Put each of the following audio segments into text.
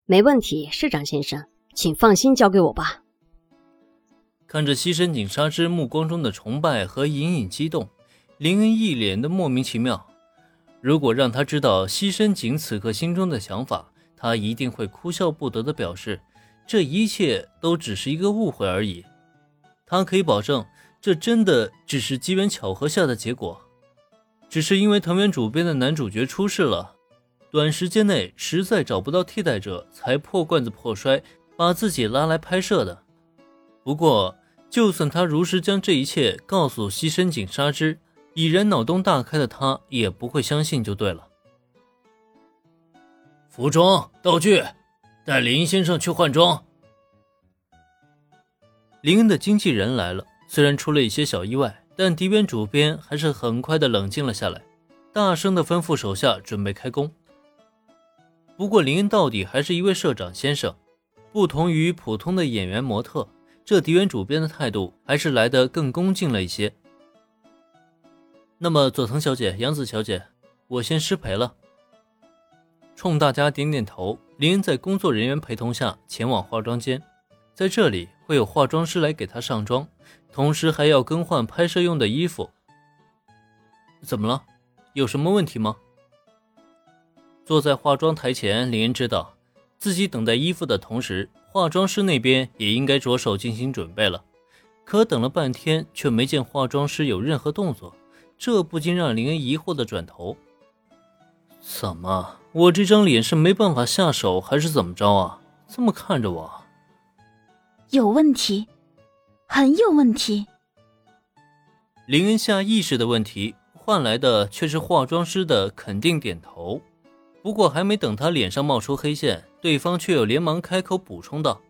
没问题，市长先生，请放心交给我吧。 看着西深井纱织目光中的崇拜和隐隐激动，林恩一脸的莫名其妙。如果让他知道西深井此刻心中的想法，他一定会哭笑不得地表示，这一切都只是一个误会而已。他可以保证，这真的只是机缘巧合下的结果，只是因为藤原主编的男主角出事了，短时间内实在找不到替代者，才破罐子破摔，把自己拉来拍摄的。不过，就算他如实将这一切告诉西深井纱织，已然脑洞大开的他也不会相信就对了。服装道具，带林先生去换装。林恩的经纪人来了，虽然出了一些小意外，但迪边主编还是很快的冷静了下来，大声的吩咐手下准备开工。不过林恩到底还是一位社长先生，不同于普通的演员模特，这迪边主编的态度还是来得更恭敬了一些。那么佐藤小姐、杨子小姐，我先失陪了。冲大家点点头，林恩在工作人员陪同下前往化妆间，在这里会有化妆师来给他上妆，同时还要更换拍摄用的衣服。怎么了？有什么问题吗？坐在化妆台前，林恩知道自己等待衣服的同时，化妆师那边也应该着手进行准备了，可等了半天却没见化妆师有任何动作，这不禁让林恩疑惑地转头。怎么，我这张脸是没办法下手还是怎么着啊？这么看着我。 有问题，很有问题。 林恩下意识的问题换来的却是化妆师的肯定点头。不过还没等他脸上冒出黑线，对方却又连忙开口补充道：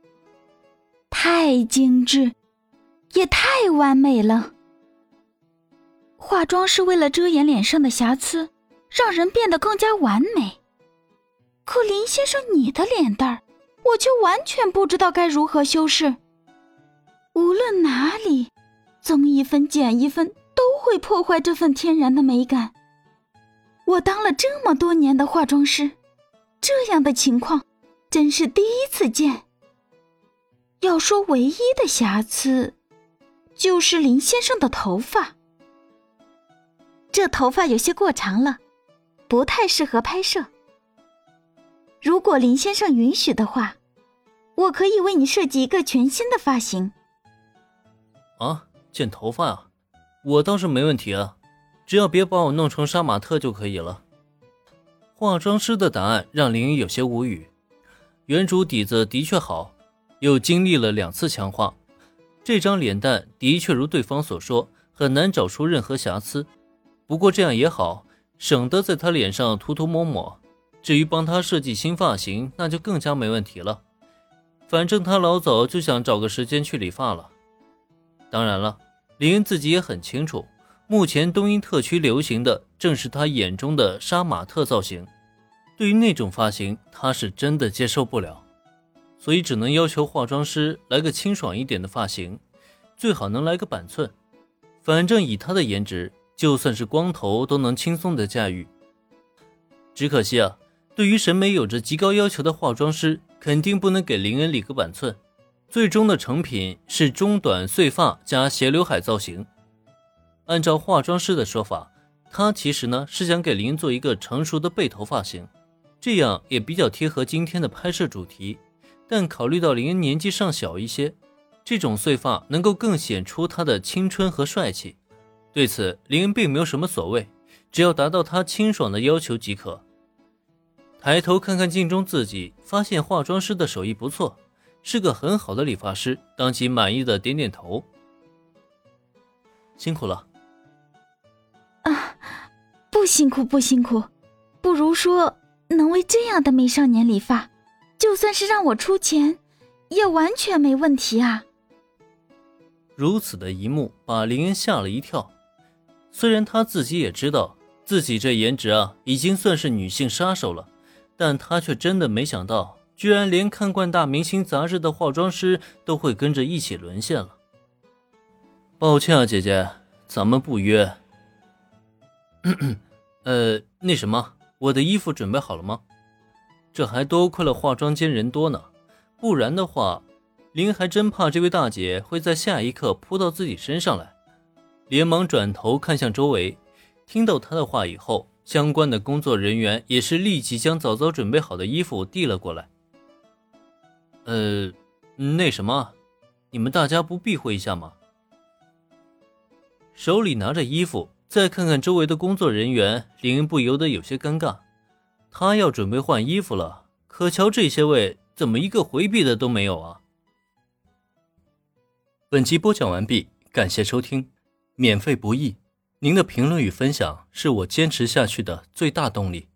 太精致，也太完美了。化妆是为了遮掩脸上的瑕疵，让人变得更加完美。可林先生你的脸蛋儿，我却完全不知道该如何修饰。无论哪里，增一分减一分，都会破坏这份天然的美感。我当了这么多年的化妆师，这样的情况真是第一次见。要说唯一的瑕疵，就是林先生的头发。这头发有些过长了，不太适合拍摄。如果林先生允许的话，我可以为你设计一个全新的发型。 啊，剪头发啊，我倒是没问题啊，只要别把我弄成杀马特就可以了。化妆师的答案让林恩有些无语。原主底子的确好，又经历了2次强化，这张脸蛋的确如对方所说，很难找出任何瑕疵。不过这样也好，省得在他脸上涂涂抹抹。至于帮他设计新发型，那就更加没问题了。反正他老早就想找个时间去理发了。当然了，林恩自己也很清楚，目前东英特区流行的正是他眼中的杀马特造型，对于那种发型他是真的接受不了，所以只能要求化妆师来个清爽一点的发型，最好能来个板寸。反正以他的颜值，就算是光头都能轻松的驾驭。只可惜啊，对于审美有着极高要求的化妆师，肯定不能给林恩理个板寸。最终的成品是中短碎发加斜刘海造型。按照化妆师的说法，他其实呢是想给林恩做一个成熟的背头发型，这样也比较贴合今天的拍摄主题。但考虑到林恩年纪尚小一些，这种碎发能够更显出他的青春和帅气。对此林恩并没有什么所谓，只要达到他清爽的要求即可。抬头看看镜中自己，发现化妆师的手艺不错，是个很好的理发师，当即满意的点点头。辛苦了。 啊，不辛苦不辛苦，不如说能为这样的美少年理发，就算是让我出钱，也完全没问题啊。 如此的一幕把林恩吓了一跳，虽然他自己也知道自己这颜值啊已经算是女性杀手了，但他却真的没想到，居然连看惯大明星杂志的化妆师都会跟着一起沦陷了。抱歉啊姐姐，咱们不约。那什么，我的衣服准备好了吗？ 这还多亏了化妆间人多呢，不然的话，林还真怕这位大姐会在下一刻扑到自己身上来。连忙转头看向周围，听到他的话以后，相关的工作人员也是立即将早早准备好的衣服递了过来。那什么，你们大家不避讳一下吗？手里拿着衣服，再看看周围的工作人员，林不由得有些尴尬。他要准备换衣服了，可瞧这些位怎么一个回避的都没有啊。本集播讲完毕，感谢收听，免费不易，您的评论与分享是我坚持下去的最大动力。